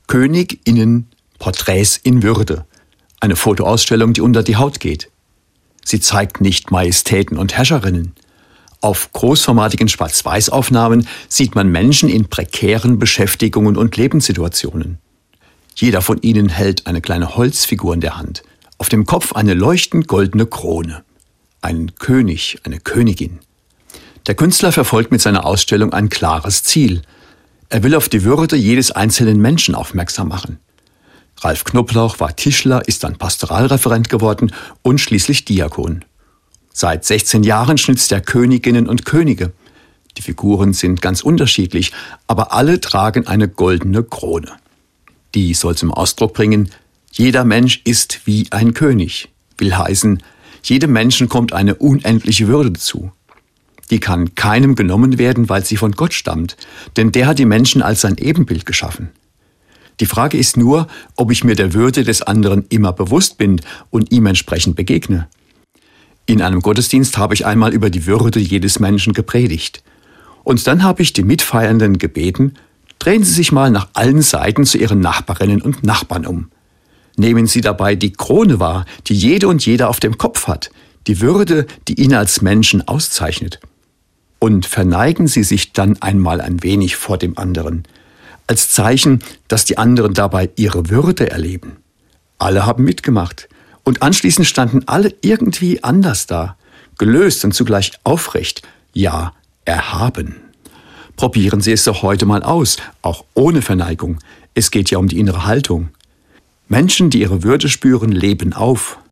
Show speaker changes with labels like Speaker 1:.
Speaker 1: KönigInnen Porträts in Würde. Eine Fotoausstellung, die unter die Haut geht. Sie zeigt nicht Majestäten und Herrscherinnen. Auf großformatigen Schwarz-Weiß-Aufnahmen sieht man Menschen in prekären Beschäftigungen und Lebenssituationen. Jeder von ihnen hält eine kleine Holzfigur in der Hand. Auf dem Kopf eine leuchtend goldene Krone. Ein König, eine Königin. Der Künstler verfolgt mit seiner Ausstellung ein klares Ziel. Er will auf die Würde jedes einzelnen Menschen aufmerksam machen. Ralf Knoblauch war Tischler, ist dann Pastoralreferent geworden und schließlich Diakon. Seit 16 Jahren schnitzt er Königinnen und Könige. Die Figuren sind ganz unterschiedlich, aber alle tragen eine goldene Krone. Die soll zum Ausdruck bringen, jeder Mensch ist wie ein König. Will heißen, jedem Menschen kommt eine unendliche Würde zu. Die kann keinem genommen werden, weil sie von Gott stammt, denn der hat die Menschen als sein Ebenbild geschaffen. Die Frage ist nur, ob ich mir der Würde des anderen immer bewusst bin und ihm entsprechend begegne. In einem Gottesdienst habe ich einmal über die Würde jedes Menschen gepredigt. Und dann habe ich die Mitfeiernden gebeten, drehen Sie sich mal nach allen Seiten zu Ihren Nachbarinnen und Nachbarn um. Nehmen Sie dabei die Krone wahr, die jede und jeder auf dem Kopf hat, die Würde, die ihn als Menschen auszeichnet. Und verneigen Sie sich dann einmal ein wenig vor dem anderen, als Zeichen, dass die anderen dabei ihre Würde erleben. Alle haben mitgemacht und anschließend standen alle irgendwie anders da, gelöst und zugleich aufrecht, ja, erhaben. Probieren Sie es doch heute mal aus, auch ohne Verneigung. Es geht ja um die innere Haltung. Menschen, die ihre Würde spüren, leben auf.